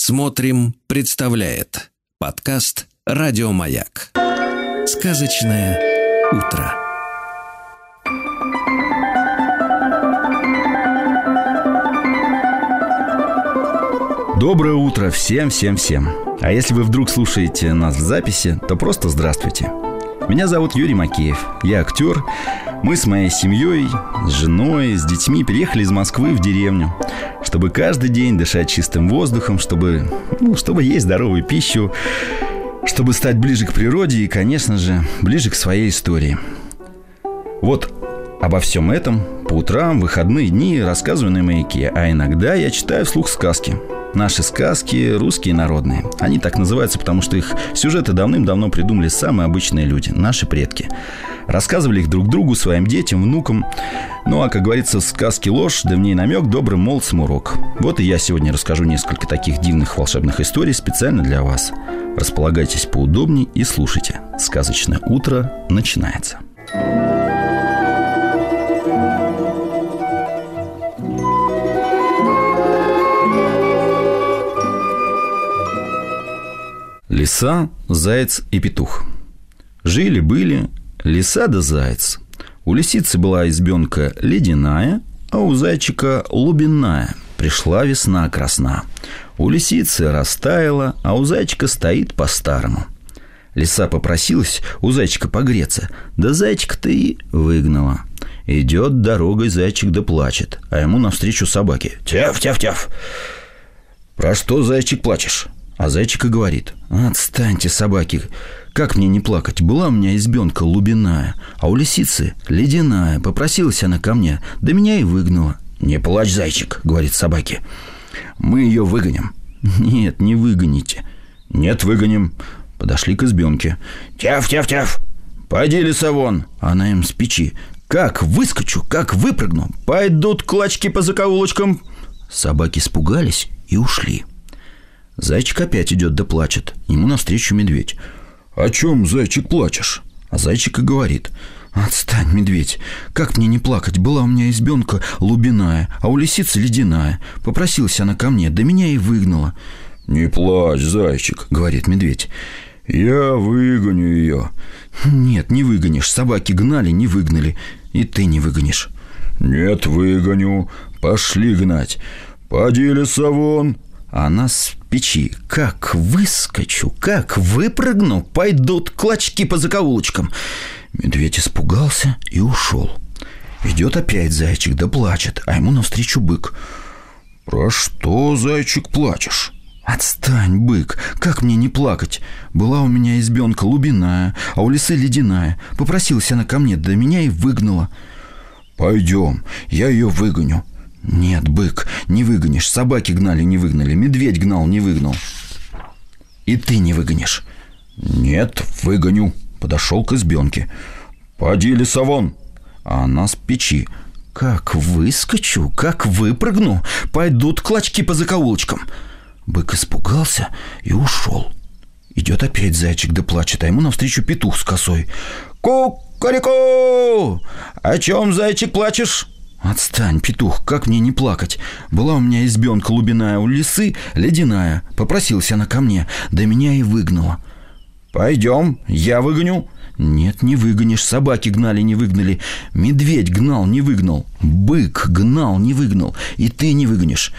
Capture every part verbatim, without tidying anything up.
Смотрим, представляет подкаст «Радио Маяк». Сказочное утро. Доброе утро всем-всем-всем. А если вы вдруг слушаете нас в записи, то просто здравствуйте. Меня зовут Юрий Макеев, я актер. Мы с моей семьей, с женой, с детьми переехали из Москвы в деревню, чтобы каждый день дышать чистым воздухом, чтобы, ну, чтобы есть здоровую пищу, чтобы стать ближе к природе и, конечно же, ближе к своей истории. Вот обо всем этом по утрам, в выходные дни рассказываю на Маяке, а иногда я читаю вслух сказки. Наши сказки русские народные. Они так называются, потому что их сюжеты давным-давно придумали самые обычные люди, наши предки. Рассказывали их друг другу, своим детям, внукам. Ну, а, как говорится, в сказке ложь, да в ней намек, добрым молодцам урок. Вот и я сегодня расскажу несколько таких дивных волшебных историй специально для вас. Располагайтесь поудобнее и слушайте. Сказочное утро начинается. Лиса, заяц и петух. Жили-были лиса да заяц. У лисицы была избенка ледяная, а у зайчика лубиная. Пришла весна красна. У лисицы растаяла, а у зайчика стоит по-старому. Лиса попросилась у зайчика погреться, да зайчика-то и выгнала. Идет дорогой зайчик да плачет, а ему навстречу собаки. Тяф-тяф-тяф. Про что, зайчик, плачешь? А зайчик и говорит: отстаньте, собаки, как мне не плакать? Была у меня избенка лубиная, а у лисицы ледяная. Попросилась она ко мне, да меня и выгнала. Не плачь, зайчик, говорит собаке, мы ее выгоним. Нет, не выгоните. Нет, выгоним. Подошли к избенке. Тяф-тяф-тяф, пойди, лиса, вон. Она им с печи. Как выскочу, как выпрыгну, пойдут клочки по закоулочкам. Собаки испугались и ушли. Зайчик опять идет да плачет. Ему навстречу медведь. О чем, зайчик, плачешь? А зайчик и говорит: отстань, медведь, как мне не плакать? Была у меня избенка лубиная, а у лисицы ледяная. Попросилась она ко мне, да меня и выгнала. Не плачь, зайчик, говорит медведь, я выгоню ее. Нет, не выгонишь. Собаки гнали, не выгнали. И ты не выгонишь. Нет, выгоню. Пошли гнать. Поди, лиса, вон. Она с печи. Как выскочу, как выпрыгну, пойдут клочки по закоулочкам. Медведь испугался и ушел. Идет опять зайчик да плачет, а ему навстречу бык. Про что, зайчик, плачешь? Отстань, бык, как мне не плакать? Была у меня избенка лубиная, а у лисы ледяная. Попросилась она ко мне, да меня и выгнала. Пойдем, я ее выгоню. Нет, бык, не выгонишь. Собаки гнали, не выгнали. Медведь гнал, не выгнал. И ты не выгонишь. Нет, выгоню. Подошел к избенке. Поди, лиса, вон. А она с печи. Как выскочу, как выпрыгну, пойдут клочки по закоулочкам. Бык испугался и ушел. Идет опять зайчик да плачет, а ему навстречу петух с косой. Ку-ку-ку! О чем, зайчик, плачешь? Отстань, петух, как мне не плакать? Была у меня избенка лубиная, у лисы ледяная. Попросилась она ко мне, да меня и выгнала. Пойдем, я выгоню. Нет, не выгонишь. Собаки гнали, не выгнали. Медведь гнал, не выгнал. Бык гнал, не выгнал. И ты не выгонишь.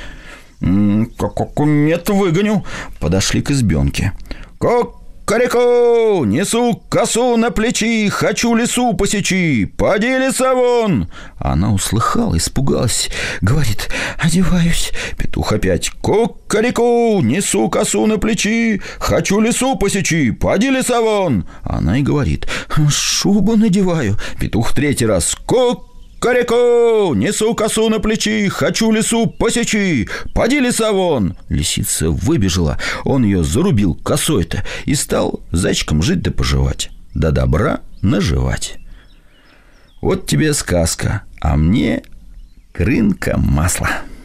Нет, выгоню. Подошли к избенке. Ку-ку-ку! Несу косу на плечи, хочу лису посечи. Поди, лиса, вон. Она услыхала, испугалась, говорит: одеваюсь. Петух опять. Ку-ку-ку! Несу косу на плечи, хочу лису посечи. Поди, лиса, вон. Она и говорит: шубу надеваю. Петух третий раз. Ку-ку! Ку-ку! Несу косу на плечи, хочу лису посечи. Поди, лиса, вон. Лисица выбежала, он ее зарубил косой-то и стал зайчиком жить да поживать, да добра наживать. Вот тебе сказка, а мне крынка масла.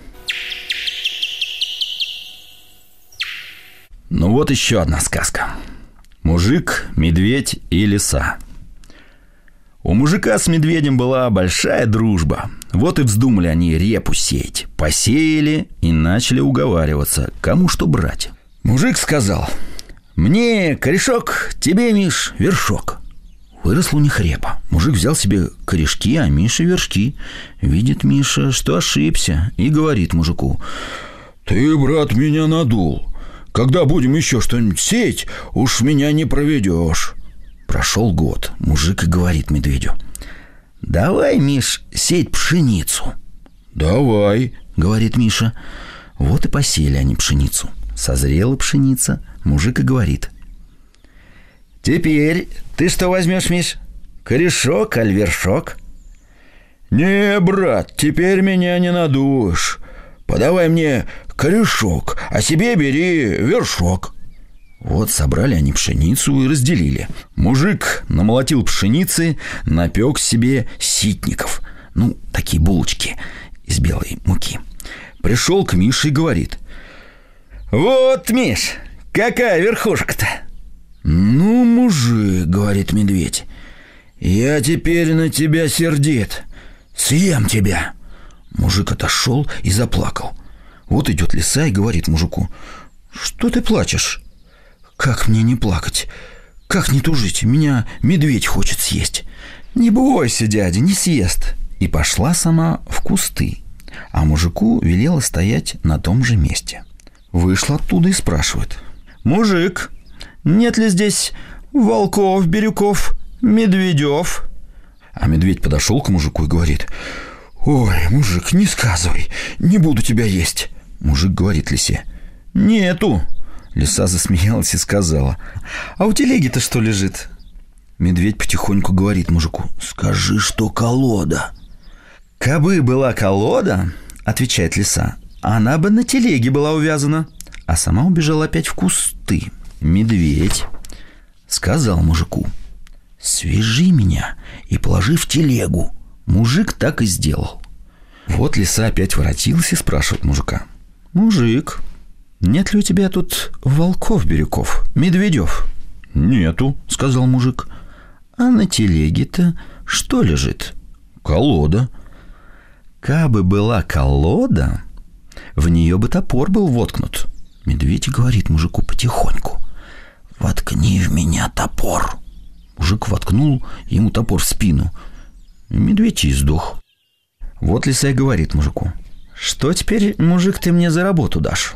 Ну вот еще одна сказка. Мужик, медведь и лиса. У мужика с медведем была большая дружба. Вот и вздумали они репу сеять. Посеяли и начали уговариваться, кому что брать. Мужик сказал: «Мне корешок, тебе, Миш, вершок». Выросла у них репа. Мужик взял себе корешки, а Миша вершки. Видит Миша, что ошибся, и говорит мужику: «Ты, брат, меня надул. Когда будем еще что-нибудь сеять, уж меня не проведешь». Прошел год. Мужик и говорит медведю: «Давай, Миш, сеять пшеницу». «Давай», — говорит Миша. Вот и посеяли они пшеницу. Созрела пшеница. Мужик и говорит: «Теперь ты что возьмешь, Миш? Корешок, аль вершок?» «Не, брат, теперь меня не надуешь. Подавай мне корешок, а себе бери вершок». Вот собрали они пшеницу и разделили. Мужик намолотил пшеницы, напек себе ситников. Ну, такие булочки из белой муки. Пришел к Мише и говорит: «Вот, Миш, какая верхушка-то?» «Ну, мужик, — говорит медведь, — я теперь на тебя сердит. Съем тебя». Мужик отошел и заплакал. Вот идет лиса и говорит мужику: «Что ты плачешь?» «Как мне не плакать? Как не тужить? Меня медведь хочет съесть». «Не бойся, дядя, не съест». И пошла сама в кусты, а мужику велела стоять на том же месте. Вышла оттуда и спрашивает: «Мужик, нет ли здесь волков, бирюков, медведев?» А медведь подошел к мужику и говорит: «Ой, мужик, не сказывай, не буду тебя есть». Мужик говорит лисе: «Нету». Лиса засмеялась и сказала: «А у телеги-то что лежит?» Медведь потихоньку говорит мужику: «Скажи, что колода». «Кабы была колода, — отвечает лиса, — она бы на телеге была увязана». А сама убежала опять в кусты. Медведь сказал мужику: «Свяжи меня и положи в телегу». Мужик так и сделал. Вот лиса опять воротилась и спрашивает мужика: «Мужик, нет ли у тебя тут волков-бирюков, медведев?» «Нету, — сказал мужик». «А на телеге-то что лежит?» «Колода». «Кабы была колода, в нее бы топор был воткнут». Медведь говорит мужику потихоньку: «Воткни в меня топор». Мужик воткнул ему топор в спину. Медведь и сдох. Вот лиса и говорит мужику: «Что теперь, мужик, ты мне за работу дашь?»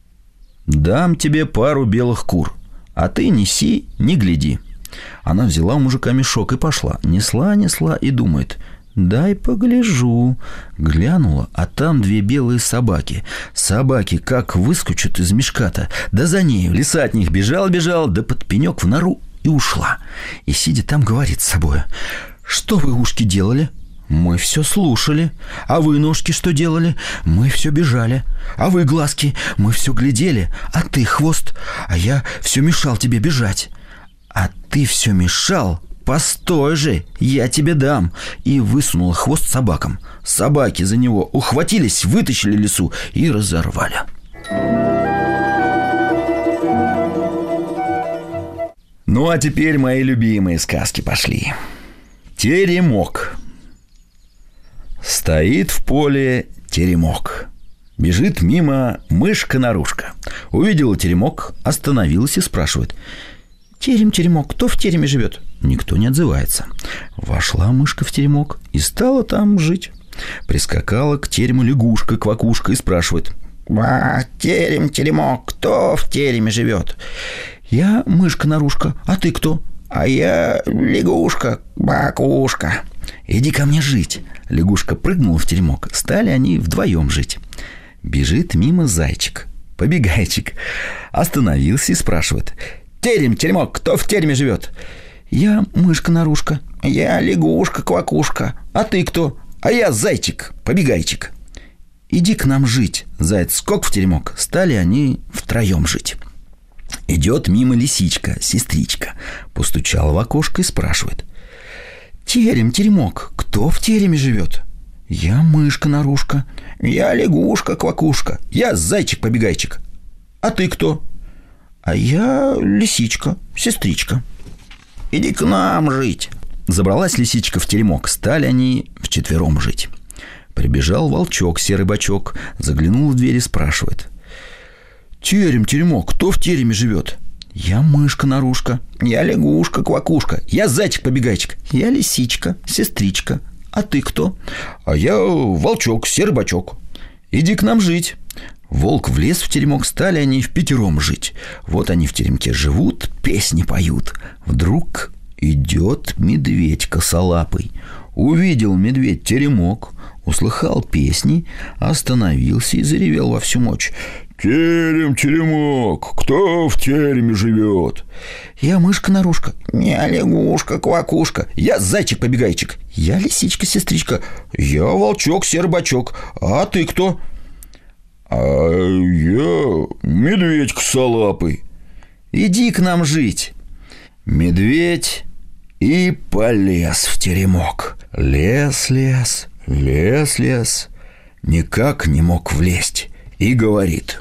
«Дам тебе пару белых кур, а ты неси, не гляди». Она взяла у мужика мешок и пошла. Несла, несла и думает: «Дай погляжу». Глянула, а там две белые собаки. Собаки как выскочат из мешка-то, да за нею. Лиса от них бежала-бежала, да под пенек в нору и ушла. И, сидя там, говорит с собой: «Что вы, ушки, делали?» «Мы все слушали». «А вы, ножки, что делали?» «Мы все бежали». «А вы, глазки?» «Мы все глядели». «А ты, хвост?» «А я все мешал тебе бежать». «А ты все мешал? Постой же, я тебе дам». И высунула хвост собакам. Собаки за него ухватились, вытащили лису и разорвали. Ну, а теперь мои любимые сказки пошли. Теремок. Стоит в поле теремок. Бежит мимо мышка-нарушка. Увидела теремок, остановилась и спрашивает: «Терем, теремок, кто в тереме живет?» Никто не отзывается. Вошла мышка в теремок и стала там жить. Прискакала к терему лягушка-квакушка и спрашивает: «А, терем, теремок, кто в тереме живет?» «Я мышка-нарушка, а ты кто?» «А я лягушка-квакушка». «Иди ко мне жить». Лягушка прыгнула в теремок. Стали они вдвоем жить. Бежит мимо зайчик, побегайчик. Остановился и спрашивает: «Терем, теремок, кто в тереме живет?» «Я мышка-нарушка». «Я лягушка-квакушка. А ты кто?» «А я зайчик, побегайчик». «Иди к нам жить». Заяц скок в теремок. Стали они втроем жить. Идет мимо лисичка, сестричка. Постучала в окошко и спрашивает: «Терем, теремок, кто в тереме живет?» «Я мышка-нарушка». «Я лягушка-квакушка. Я зайчик-побегайчик. А ты кто?» «А я лисичка, сестричка». «Иди к нам жить». Забралась лисичка в теремок, стали они вчетвером жить. Прибежал волчок, серый бочок, заглянул в дверь и спрашивает: «Терем, теремок, кто в тереме живет?» «Я мышка-нарушка». «Я лягушка-квакушка». «Я зайчик-побегайчик». «Я лисичка, сестричка». «А ты кто?» «А я волчок, серый бочок». «Иди к нам жить». Волк влез в теремок, стали они впятером жить. Вот они в теремке живут, песни поют. Вдруг идет медведь косолапый. Увидел медведь теремок, услыхал песни, остановился и заревел во всю мочь: «Терем, теремок, кто в тереме живет?» «Я мышка-нарушка». «Я лягушка-квакушка». «Я зайчик-побегайчик». «Я лисичка-сестричка». «Я волчок, серый бочок». «А ты кто?» «А я медведь косолапый». «Иди к нам жить». Медведь и полез в теремок. Лез, лез, лез, лез, никак не мог влезть. И говорит: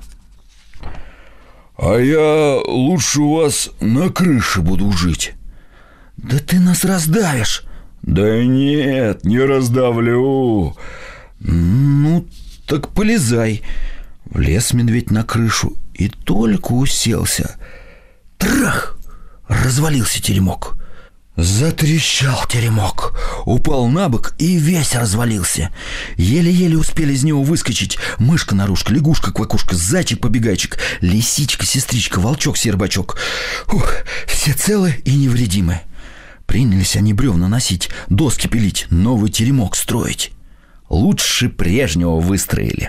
«А я лучше у вас на крыше буду жить». «Да ты нас раздавишь». «Да нет, не раздавлю». «Ну, так полезай». Влез медведь на крышу и только уселся. Трах! Развалился теремок. Затрещал теремок, упал на бок и весь развалился. Еле-еле успели из него выскочить мышка-нарушка, лягушка-квакушка, зайчик-побегайчик, лисичка-сестричка, волчок-сербачок. Ух, все целы и невредимы. Принялись они бревна носить, доски пилить, новый теремок строить. Лучше прежнего выстроили.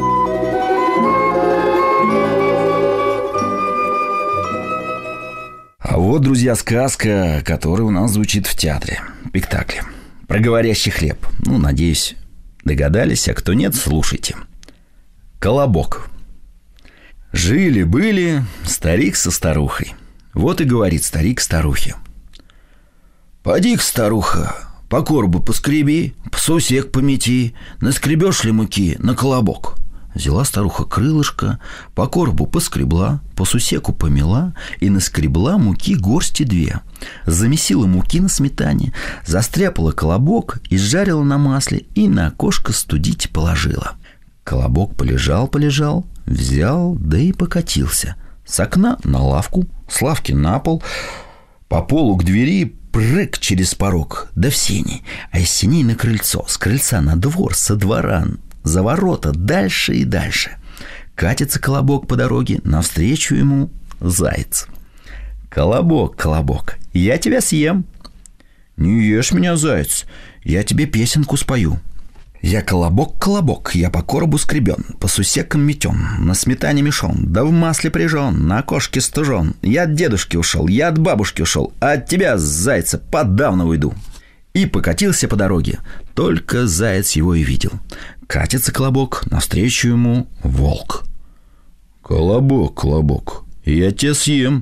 А вот, друзья, сказка, которая у нас звучит в театре, в спектакле. Про говорящий хлеб. Ну, надеюсь, догадались, а кто нет, слушайте. Колобок. Жили-были старик со старухой. Вот и говорит старик старухе: «Поди-ка, старуха, по коробу поскреби, по сусек помети, наскребешь ли муки на колобок?» Взяла старуха крылышко, по коробу поскребла, по сусеку помела и наскребла муки горсти две. Замесила муки на сметане, застряпала колобок, изжарила на масле и на окошко студить положила. Колобок полежал-полежал, взял, да и покатился. С окна на лавку, с лавки на пол, по полу к двери, прыг через порог, да в сени, а из сеней на крыльцо, с крыльца на двор, со двора за ворота, дальше и дальше. Катится колобок по дороге, навстречу ему заяц. «Колобок, колобок, я тебя съем». «Не ешь меня, заяц, я тебе песенку спою». «Я колобок, колобок, я по коробу скребен, по сусекам метен, на сметане мешон, да в масле прижен, на окошке стужен. Я от дедушки ушел, я от бабушки ушел, а от тебя, зайца, подавно уйду». И покатился по дороге, только заяц его и видел. Катится колобок, навстречу ему волк. «Колобок, колобок, я тебя съем».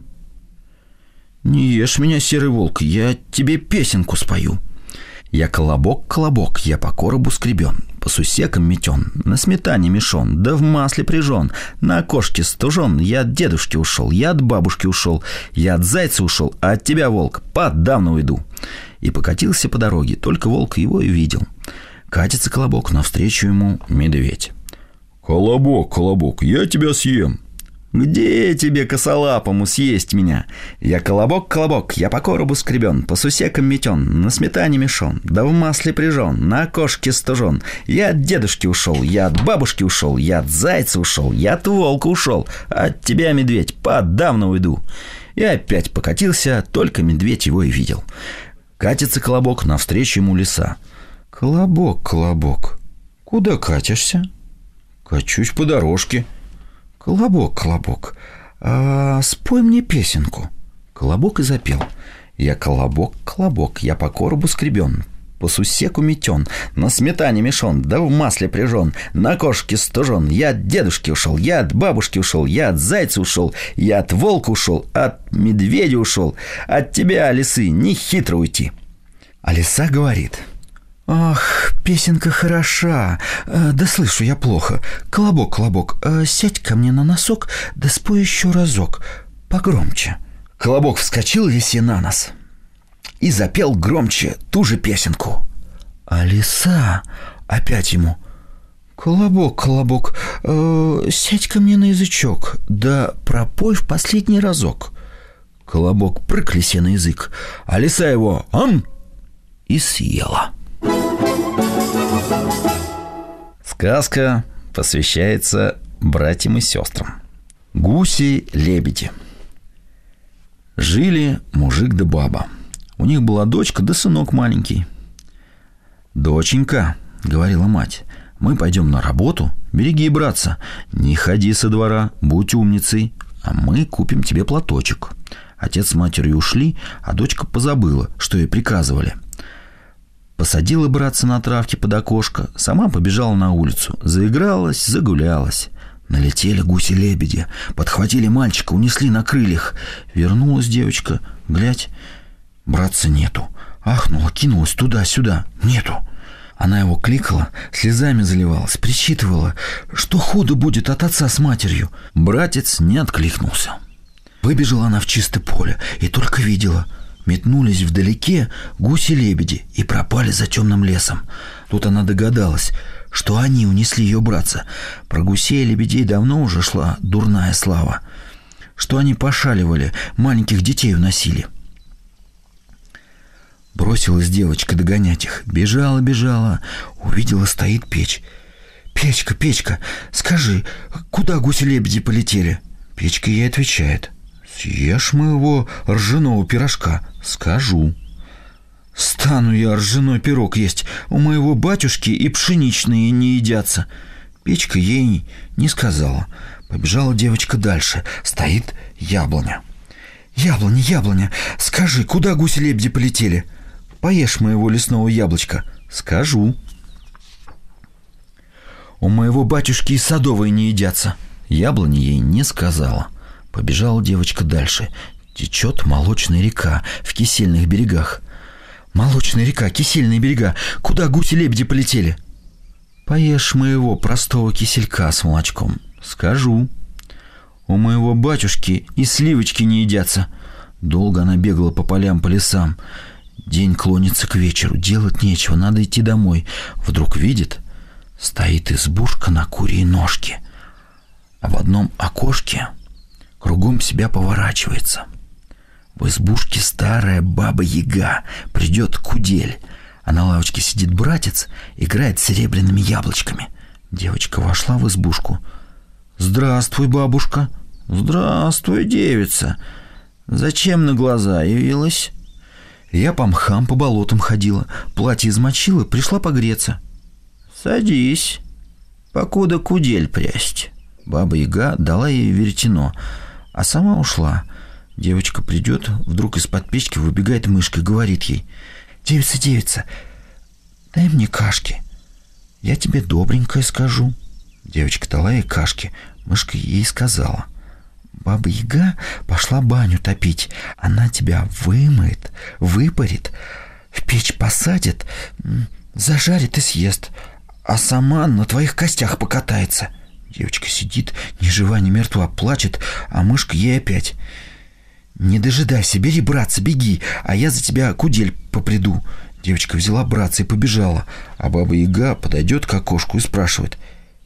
«Не ешь меня, серый волк, я тебе песенку спою». «Я колобок, колобок, я по коробу скребен, по сусекам метен, на сметане мешон, да в масле прижен, на окошке стужен. Я от дедушки ушел, я от бабушки ушел, я от зайца ушел, а от тебя, волк, подавно уйду». И покатился по дороге, только волк его и видел. Катится колобок, навстречу ему медведь. «Колобок, колобок, я тебя съем». «Где тебе, косолапому, съесть меня? Я колобок, колобок, я по коробу скребен, по сусекам метен, на сметане мешон, да в масле прижен, на окошке стужен. Я от дедушки ушел, я от бабушки ушел, я от зайца ушел, я от волка ушел, а от тебя, медведь, подавно уйду». И опять покатился, только медведь его и видел. Катится колобок, навстречу ему лиса. «Колобок, колобок, куда катишься?» «Качусь по дорожке». «Колобок, колобок, а спой мне песенку». Колобок и запел. «Я колобок, колобок, я по коробу скребен, по сусеку метен, на сметане мешон, да в масле прижен, на окошке стужен. Я от дедушки ушел, я от бабушки ушел, я от зайца ушел, я от волка ушел, от медведя ушел. От тебя, лисы, не хитро уйти». А лиса говорит: «Ах, песенка хороша, да слышу я плохо. Колобок, колобок, сядь ко мне на носок, да спой еще разок, погромче». Колобок вскочил лисе на нос. и запел громче ту же песенку. А лиса опять ему: «Колобок, колобок, э, сядь ко мне на язычок, да пропой в последний разок». Колобок прыг лисе на язык, а лиса его «ам» и съела. Сказка посвящается братьям и сестрам. Гуси-лебеди. Жили мужик да баба. У них была дочка да сынок маленький. «Доченька, — говорила мать, — мы пойдем на работу. Береги, братца, не ходи со двора, будь умницей, а мы купим тебе платочек». Отец с матерью ушли, а дочка позабыла, что ей приказывали. Посадила братца на травке под окошко, сама побежала на улицу, заигралась, загулялась. Налетели гуси-лебеди, подхватили мальчика, унесли на крыльях. Вернулась девочка, глядь, братца нету. Ахнула, кинулась туда-сюда, нету. Она его кликала, слезами заливалась, причитывала, что худо будет от отца с матерью. Братец не откликнулся. Выбежала она в чистое поле и только видела: метнулись вдалеке гуси-лебеди и пропали за темным лесом. Тут она догадалась, что они унесли ее братца. Про гусей и лебедей давно уже шла дурная слава, что они пошаливали, маленьких детей уносили. Бросилась девочка догонять их. Бежала, бежала, увидела, стоит печь. «Печка, печка, скажи, куда гуси-лебеди полетели?» Печка ей отвечает: «Съешь моего ржаного пирожка, скажу». «Стану я ржаной пирог есть, у моего батюшки и пшеничные не едятся». Печка ей не сказала. Побежала девочка дальше. Стоит яблоня. «Яблоня, яблоня, скажи, куда гуси-лебеди полетели?» «Поешь моего лесного яблочка, скажу». «У моего батюшки и садовые не едятся». Яблоня ей не сказала. Побежала девочка дальше. Течет молочная река в кисельных берегах. «Молочная река, кисельные берега, куда гуси-лебеди полетели?» «Поешь моего простого киселька с молочком, скажу». «У моего батюшки и сливочки не едятся». Долго она бегала по полям, по лесам. День клонится к вечеру, делать нечего, надо идти домой. Вдруг видит, стоит избушка на курьей ножке, а в одном окошке кругом себя поворачивается. В избушке старая баба-яга, придет кудель, а на лавочке сидит братец, играет с серебряными яблочками. Девочка вошла в избушку. «Здравствуй, бабушка». «Здравствуй, девица. Зачем на глаза явилась?» «Я по мхам, по болотам ходила, платье измочила, пришла погреться». «Садись, покуда кудель прясть». Баба-яга дала ей веретено, а сама ушла. Девочка придет, вдруг из-под печки выбегает мышка и говорит ей: «Девица, девица, дай мне кашки, я тебе добренькое скажу». Девочка дала ей кашки, мышка ей сказала: «Баба-яга пошла баню топить, она тебя вымоет, выпарит, в печь посадит, зажарит и съест, а сама на твоих костях покатается». Девочка сидит, ни жива, ни мертва, плачет, а мышка ей опять: «Не дожидайся, бери братца, беги, а я за тебя кудель поприду». Девочка взяла братца и побежала, а баба-яга подойдет к окошку и спрашивает: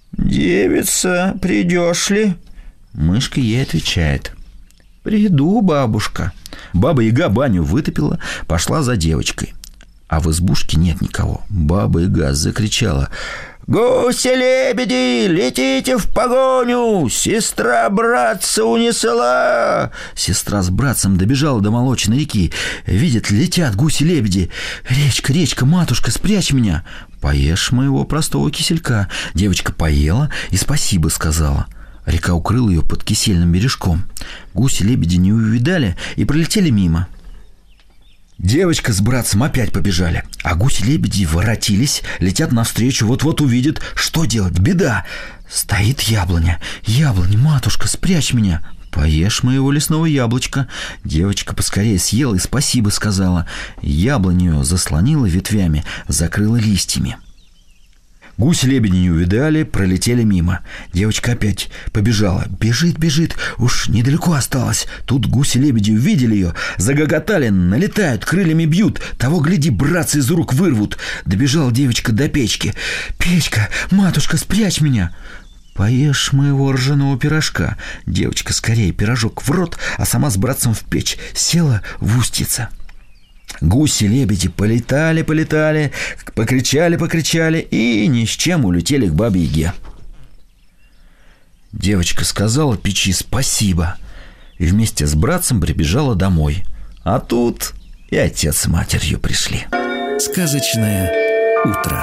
«Девица, придешь ли?» Мышка ей отвечает: «Приду, бабушка». Баба-яга баню вытопила, пошла за девочкой, а в избушке нет никого. Баба-яга закричала: «Гуси-лебеди, летите в погоню! Сестра братца унесла!» Сестра с братцем добежала до молочной реки. Видит, летят гуси-лебеди. «Речка, речка, матушка, спрячь меня!» «Поешь моего простого киселька». Девочка поела и спасибо сказала. Река укрыла ее под кисельным бережком. Гуси-лебеди не увидали и пролетели мимо. Девочка с братцем опять побежали, а гуси-лебеди воротились, летят навстречу, вот-вот увидят, что делать, беда. Стоит яблоня. «Яблоня, матушка, спрячь меня». «Поешь моего лесного яблочка». Девочка поскорее съела и спасибо сказала. Яблоню ее заслонила ветвями, закрыла листьями. Гуси-лебеди не увидали, пролетели мимо. Девочка опять побежала. Бежит, бежит, уж недалеко осталось. Тут гуси-лебеди увидели ее, загоготали, налетают, крыльями бьют. Того, гляди, братцы из рук вырвут. Добежала девочка до печки. «Печка, матушка, спрячь меня!» «Поешь моего ржаного пирожка». Девочка скорее пирожок в рот, а сама с братцем в печь. Села в устьице. Гуси-лебеди полетали, полетали, покричали, покричали и ни с чем улетели к Бабе-Яге. Девочка сказала печи спасибо и вместе с братцем прибежала домой. А тут и отец с матерью пришли. Сказочное утро.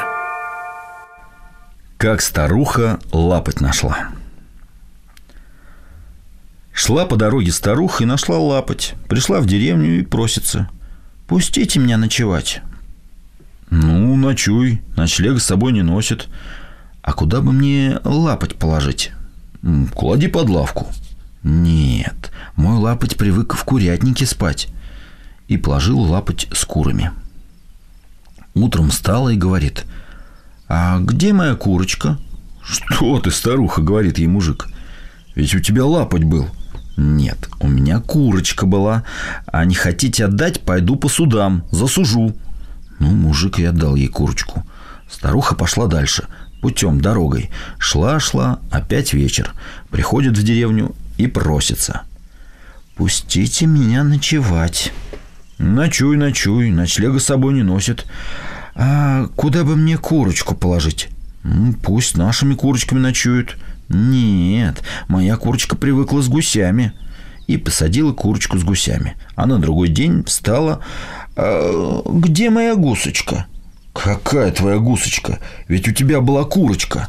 Как старуха лапоть нашла. Шла по дороге старуха и нашла лапоть. Пришла в деревню и просится: «Пустите меня ночевать». «Ну, ночуй, ночлега с собой не носит». «А куда бы мне лапоть положить?» «Клади под лавку». «Нет, мой лапоть привык в курятнике спать». И положил лапоть с курами. Утром встала и говорит: «А где моя курочка?» «Что ты, старуха?» — говорит ей мужик. «Ведь у тебя лапоть был». «Нет, у меня курочка была. А не хотите отдать, пойду по судам, засужу». Ну, мужик и отдал ей курочку. Старуха пошла дальше, путем, дорогой. Шла-шла, опять вечер. Приходит в деревню и просится: «Пустите меня ночевать». «Ночуй, ночуй, ночлега с собой не носит». «А куда бы мне курочку положить?» «Пусть нашими курочками ночуют». «Нет, моя курочка привыкла с гусями». И посадила курочку с гусями. А на другой день встала: «А где моя гусочка?» «Какая твоя гусочка? Ведь у тебя была курочка».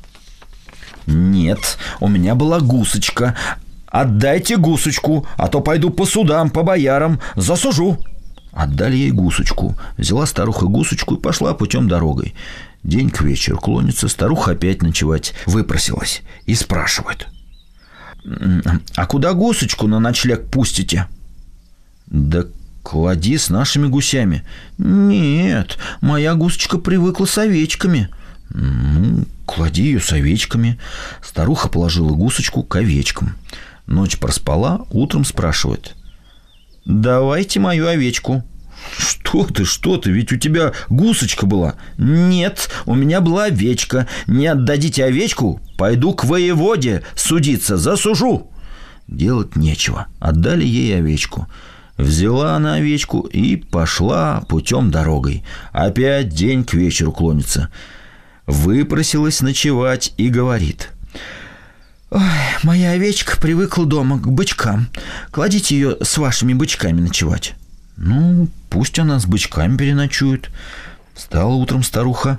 «Нет, у меня была гусочка. Отдайте гусочку, а то пойду по судам, по боярам, засужу». Отдали ей гусочку. Взяла старуха гусочку и пошла путем дорогой. День к вечеру клонится, старуха опять ночевать выпросилась и спрашивает: «А куда гусочку на ночлег пустите?» «Да клади с нашими гусями». «Нет, моя гусочка привыкла с овечками». «Ну, клади ее с овечками». Старуха положила гусочку к овечкам. Ночь проспала, утром спрашивает: «Давайте мою овечку». «Что ты, что ты, ведь у тебя гусочка была». «Нет, у меня была овечка. Не отдадите овечку, пойду к воеводе судиться, засужу». Делать нечего, отдали ей овечку. Взяла она овечку и пошла путем дорогой. Опять день к вечеру клонится. Выпросилась ночевать и говорит: «Ой, моя овечка привыкла дома к бычкам. Кладите ее с вашими бычками ночевать». «Ну, пусть она с бычками переночует». Встала утром старуха: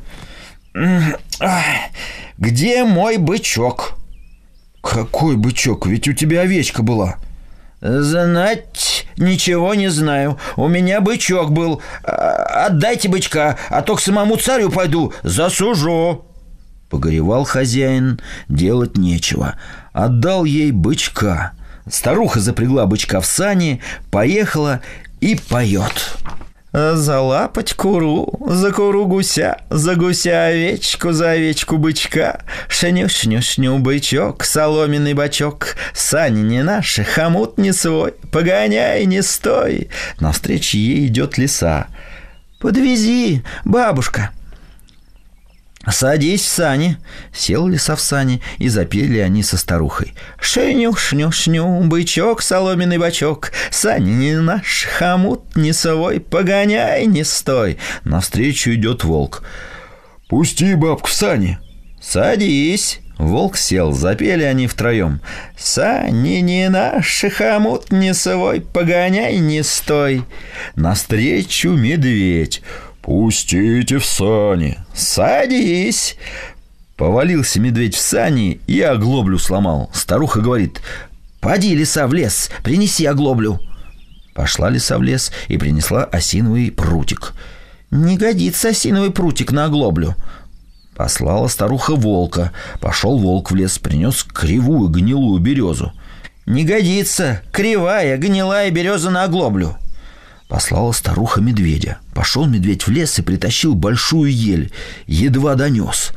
«Где мой бычок?» «Какой бычок? Ведь у тебя овечка была». «Знать ничего не знаю. У меня бычок был. Отдайте бычка, а то к самому царю пойду, засужу». Погоревал хозяин, делать нечего. Отдал ей бычка. Старуха запрягла бычка в сани, поехала и поет: «За лапоть куру, за куру гуся, за гуся овечку, за овечку бычка. Шню-шню-шню бычок, соломенный бочок. Сани не наши, хомут не свой, погоняй, не стой». Навстречу ей идет лиса: «Подвези, бабушка». «Садись в сани». Сел лиса в сани, и запели они со старухой: «Шню-шню-шню, бычок, соломенный бочок. Сани не наш, хомут не свой, погоняй, не стой». Навстречу идет волк: «Пусти бабку в сани». «Садись». Волк сел, запели они втроем: «Сани не наши, хомут не свой, погоняй, не стой». Навстречу медведь: «Пустите в сани». «Садись». Повалился медведь в сани и оглоблю сломал. Старуха говорит: «Поди, лиса, в лес, принеси оглоблю». Пошла лиса в лес и принесла осиновый прутик. «Не годится осиновый прутик на оглоблю». Послала старуха волка. Пошел волк в лес, принес кривую гнилую березу. «Не годится кривая гнилая береза на оглоблю». Послала старуха медведя. Пошел медведь в лес и притащил большую ель. Едва донес.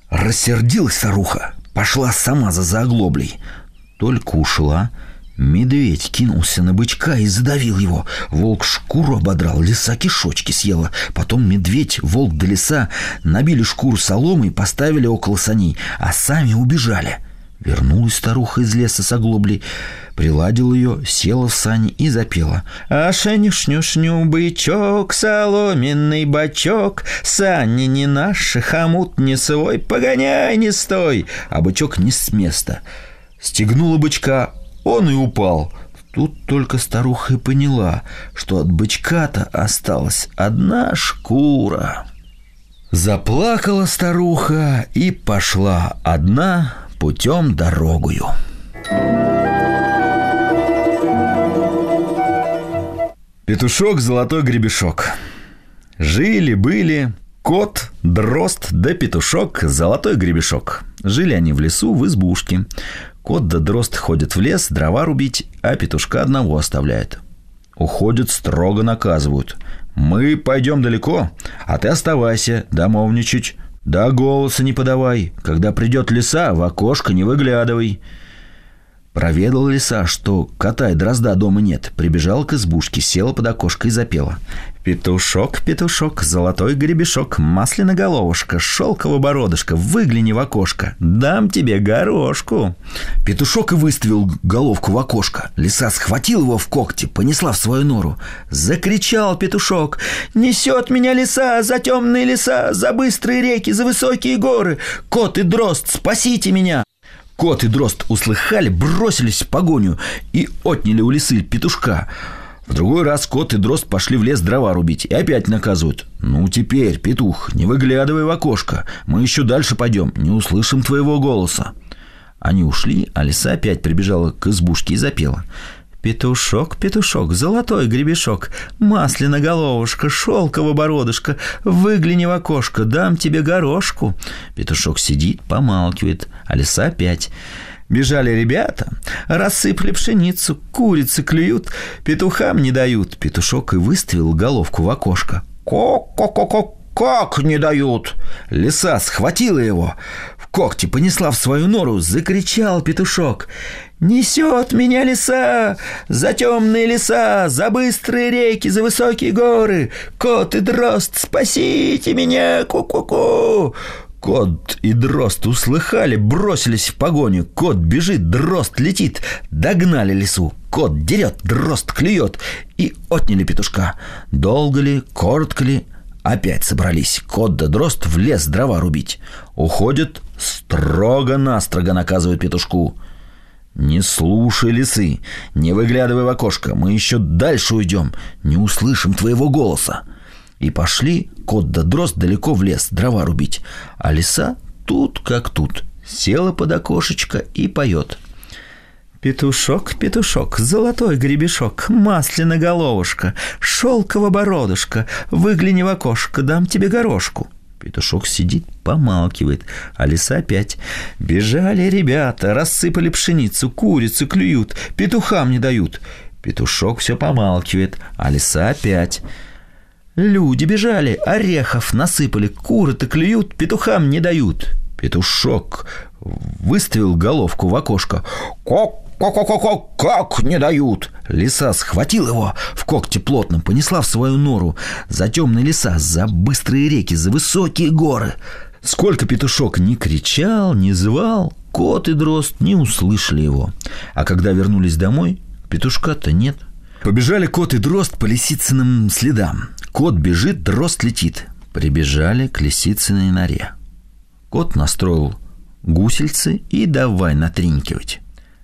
Рассердилась старуха, пошла сама за заоглоблей. Только ушла, медведь кинулся на бычка и задавил его. Волк шкуру ободрал, лиса кишочки съела. Потом медведь, волк да лиса набили шкуру соломой и поставили около саней, а сами убежали. Вернулась старуха из леса с оглоблей, приладила ее, села в сани и запела: «А шню-шню-шню, бычок, соломенный бачок, сани не наши, хомут не свой, погоняй, не стой!» А бычок не с места. Стегнула бычка, он и упал. Тут только старуха и поняла, что от бычка-то осталась одна шкура. Заплакала старуха и пошла одна путем дорогою. Петушок, золотой гребешок. Жили-были кот, дрозд да петушок, золотой гребешок. Жили они в лесу в избушке. Кот да дрозд ходят в лес дрова рубить, а петушка одного оставляют. Уходят, строго наказывают: «Мы пойдем далеко, а ты оставайся, домовничать. Да голоса не подавай, когда придет лиса, в окошко не выглядывай». Проведала лиса, что кота и дрозда дома нет. Прибежала к избушке, села под окошко и запела: «Петушок, петушок, золотой гребешок, масляноголовушка, шелково бородышко, выгляни в окошко, дам тебе горошку». Петушок и выставил головку в окошко. Лиса схватила его в когти, понесла в свою нору. Закричал петушок: «Несет меня лиса за темные леса, за быстрые реки, за высокие горы. Кот и дрозд, спасите меня!» Кот и дрозд услыхали, бросились в погоню и отняли у лисы петушка. В другой раз кот и дрозд пошли в лес дрова рубить и опять наказывают: «Ну теперь, петух, не выглядывай в окошко, мы еще дальше пойдем, не услышим твоего голоса». Они ушли, а лиса опять прибежала к избушке и запела: «Петушок, петушок, золотой гребешок, масляноголовушка, шелково бородышко, выгляни в окошко, дам тебе горошку». Петушок сидит, помалкивает, а лиса опять: «Бежали ребята, рассыпали пшеницу, курицы клюют, петухам не дают». Петушок и выставил головку в окошко. «Ко-ко-ко-ко, как не дают?» Лиса схватила его в когти, понесла в свою нору. Закричал петушок: «Несет меня лиса за темные леса, за быстрые реки, за высокие горы. Кот и дрозд, спасите меня, ку-ку-ку». Кот и дрозд услыхали, бросились в погоню. Кот бежит, дрозд летит. Догнали лису. Кот дерет, дрозд клюет. И отняли петушка. Долго ли, коротко ли, опять собрались кот да дрозд в лес дрова рубить. Уходят, строго-настрого наказывают петушку: «Не слушай лисы, не выглядывай в окошко, мы еще дальше уйдем, не услышим твоего голоса». И пошли кот да дрозд далеко в лес дрова рубить, а лиса тут как тут, села под окошечко и поет: «Петушок, петушок, золотой гребешок, масляноголовушка, шелково бородышко, выгляни в окошко, дам тебе горошку». Петушок сидит, помалкивает, а лиса опять: «Бежали ребята, рассыпали пшеницу, курицы клюют, петухам не дают». Петушок все помалкивает, а лиса опять: «Люди бежали, орехов насыпали, куры-то клюют, петухам не дают». Петушок выставил головку в окошко. «Ко-ко-ко-ко, как не дают?» Лиса схватила его в когти плотно, понесла в свою нору. За темные леса, за быстрые реки, за высокие горы. Сколько петушок ни кричал, ни звал, кот и дрозд не услышали его. А когда вернулись домой, петушка-то нет. Побежали кот и дрозд по лисицыным следам. Кот бежит, дрозд летит. Прибежали к лисицыной норе. Кот настроил гусельцы и давай натринькивать.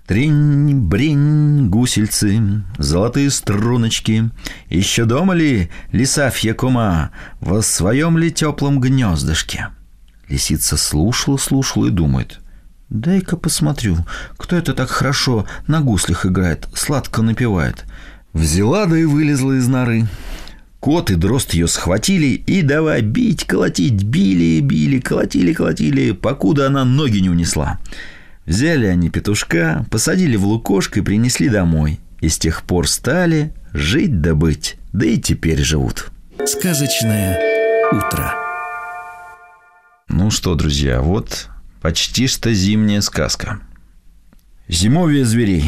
Тринь-бринь, гусельцы, золотые струночки. Еще дома ли лисавья кума, во своем ли теплом гнездышке? Лисица слушала, слушала и думает: дай-ка посмотрю, кто это так хорошо на гуслях играет, сладко напевает. Взяла да и вылезла из норы. Кот и дрозд ее схватили и давай бить, колотить, били, били, колотили, колотили, покуда она ноги не унесла. Взяли они петушка, посадили в лукошко и принесли домой. И с тех пор стали жить да быть, да и теперь живут. Сказочное утро. Ну что, друзья, вот почти что зимняя сказка. Зимовье зверей.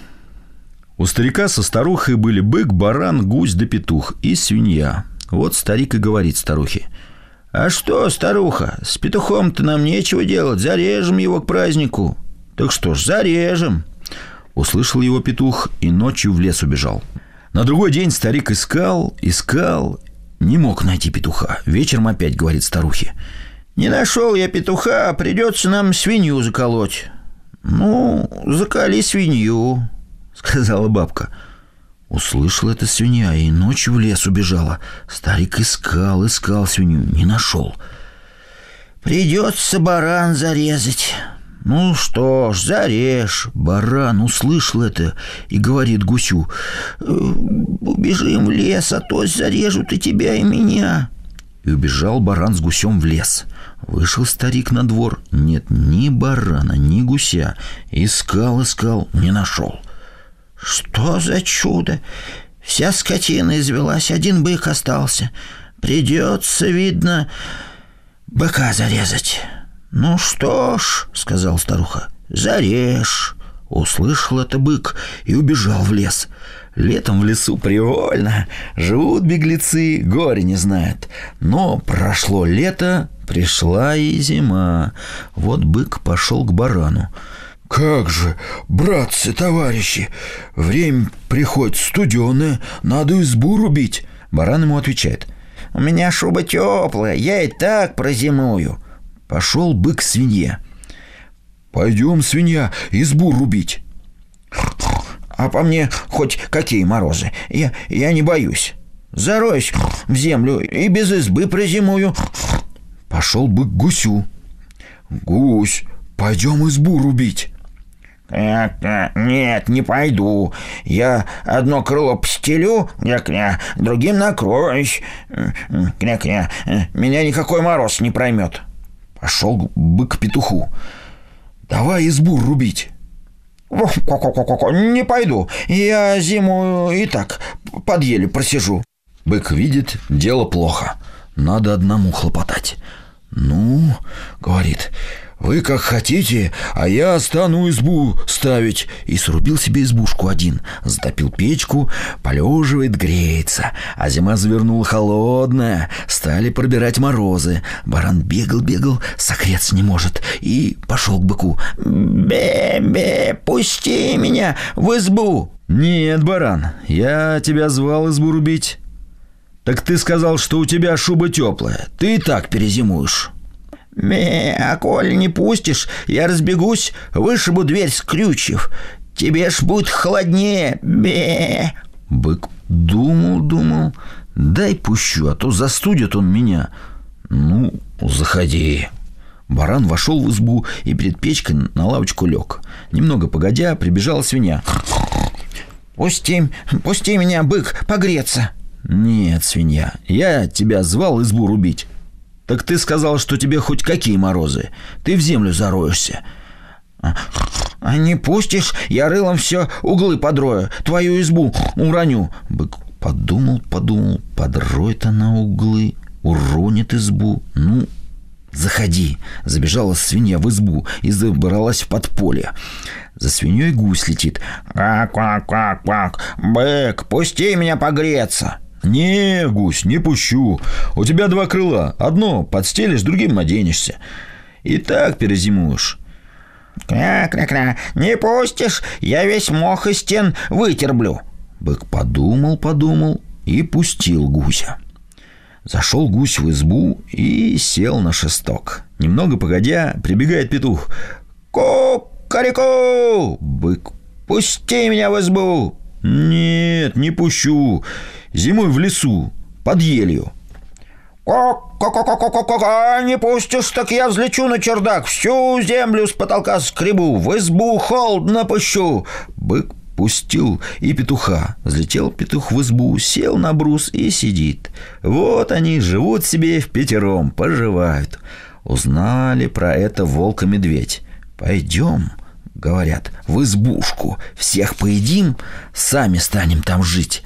У старика со старухой были бык, баран, гусь да петух и свинья. Вот старик и говорит старухе: «А что, старуха, с петухом-то нам нечего делать, зарежем его к празднику». «Так что ж, зарежем». Услышал его петух и ночью в лес убежал. На другой день старик искал, искал, не мог найти петуха. Вечером опять говорит старухе: «Не нашел я петуха, придется нам свинью заколоть». «Ну, заколи свинью», — сказала бабка. Услышала эта свинья и ночью в лес убежала. Старик искал, искал свинью, не нашел. «Придется баран зарезать». «Ну что ж, зарежь». Баран услышал это и говорит гусю: «Убежим в лес, а то зарежут и тебя, и меня». И убежал баран с гусем в лес. Вышел старик на двор. Нет ни барана, ни гуся. Искал, искал, не нашел. «Что за чудо? Вся скотина извелась, один бык остался. Придется, видно, быка зарезать». «Ну что ж», — сказал старуха, — «зарежь». Услышал это бык и убежал в лес. Летом в лесу привольно, живут беглецы, горе не знают. Но прошло лето, пришла и зима. Вот бык пошел к барану. «Как же, братцы, товарищи, время приходит студеное, надо избу рубить». Баран ему отвечает: «У меня шуба теплая, я и так прозимую». Пошел бык к свинье. «Пойдем, свинья, избу рубить». «А по мне хоть какие морозы, я, я не боюсь. Зароюсь в землю и без избы прозимую». Пошел бык к гусю. «Гусь, пойдем избу рубить». «Нет, не пойду. Я одно крыло постелю, кря-кря, другим накроюсь, кря-кря. Меня никакой мороз не проймет». Пошел бык к петуху. «Давай избу рубить». «Не пойду. Я зиму и так под елью просижу». Бык видит, дело плохо. Надо одному хлопотать. «Ну, — говорит, — вы как хотите, а я стану избу ставить». И срубил себе избушку один. Затопил печку, полеживает, греется. А зима завернула холодная. Стали пробирать морозы. Баран бегал-бегал, согреться не может. И пошел к быку. «Бе-бе, пусти меня в избу». «Нет, баран, я тебя звал избу рубить». «Так ты сказал, что у тебя шуба теплая. Ты и так перезимуешь». «Ме, а коль не пустишь, я разбегусь, вышибу дверь с крючев. Тебе ж будет холоднее. Бе». Бык думал, думал. «Дай пущу, а то застудит он меня». «Ну, заходи». Баран вошел в избу и перед печкой на лавочку лег. Немного погодя, прибежала свинья. «Пусти, пусти меня, бык, погреться». «Нет, свинья, я тебя звал избу рубить». «Так ты сказал, что тебе хоть какие морозы. Ты в землю зароешься». «А не пустишь, я рылом все углы подрою, твою избу уроню». Бык подумал, подумал, подроет она углы, уронит избу. «Ну, заходи». Забежала свинья в избу и забралась в подполье. За свиньей гусь летит. «Квак-квак-квак-квак, бык, пусти меня погреться». «Не, гусь, не пущу. У тебя два крыла. Одно подстелишь, другим наденешься. И так перезимуешь». «Кря-кря-кря, не пустишь, я весь мох из стен вытерблю». Бык подумал, подумал и пустил гуся. Зашел гусь в избу и сел на шесток. Немного погодя, прибегает петух. «Ку-ка-ри-ку!» Бык: «Пусти меня в избу». «Нет, не пущу. Зимой в лесу, под елью». «Ко-ко-ко-ко-ко-ко! Не пустишь, так я взлечу на чердак, всю землю с потолка скребу, в избу холодно пущу». Бык пустил и петуха. Взлетел петух в избу, сел на брус и сидит. Вот они живут себе впятером, поживают. Узнали про это волк и медведь. «Пойдем, — говорят, — в избушку, всех поедим, сами станем там жить».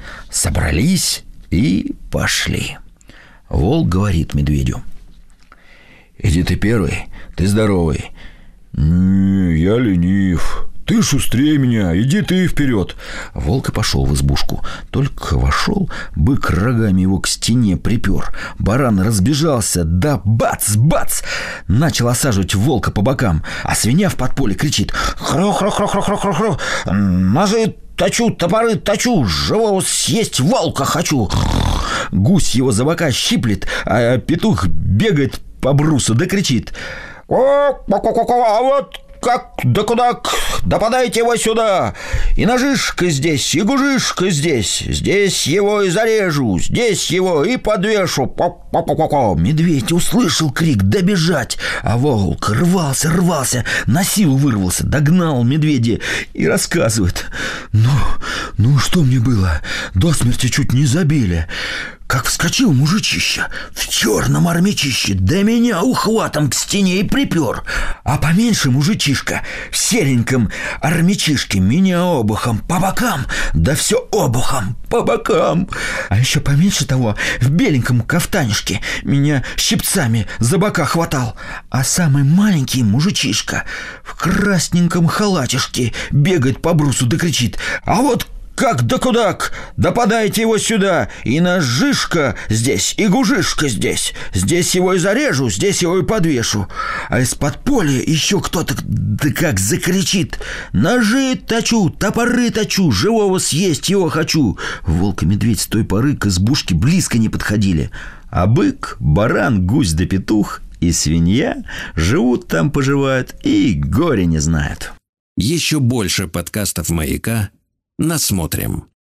Собрались и пошли. Волк говорит медведю: Иди ты первый, ты здоровый. Не, я ленив. Ты шустрее меня, иди ты вперед. Волк и пошел в избушку. Только вошел, бык рогами его к стене припер. Баран разбежался, да бац-бац! Начал осаживать волка по бокам. А свинья в подполе кричит: хрю-хрю-хрю-хрю-хрю-хрю-хрю! Ножи точу, топоры точу, живого съесть волка хочу! Гусь его за бока щиплет, а петух бегает по брусу, да кричит: а вот как, да куда, да подайте его сюда. И ножишка здесь, и гужишка здесь. Здесь его и зарежу, здесь его и подвешу. По-по-по-по-по. Медведь услышал крик: да бежать. А волк рвался, рвался, на силу вырвался, догнал медведя и рассказывает: Ну, ну что мне было? До смерти чуть не забили. Как вскочил мужичище в черном армячище, да меня ухватом к стене и припер. А поменьше мужичишка в сереньком армячишке меня обухом по бокам, да все обухом по бокам. А еще поменьше того в беленьком кафтанишке меня щипцами за бока хватал. А самый маленький мужичишка в красненьком халатишке бегает по брусу да кричит: а вот как да кудак, да подайте его сюда. И ножишка здесь, и гужишка здесь. Здесь его и зарежу, здесь его и подвешу. А из-под поля еще кто-то да как закричит: ножи точу, топоры точу, живого съесть его хочу. Волк и медведь с той поры к избушке близко не подходили. А бык, баран, гусь да петух и свинья живут там, поживают и горя не знают. Еще больше подкастов «Маяка» насмотрим.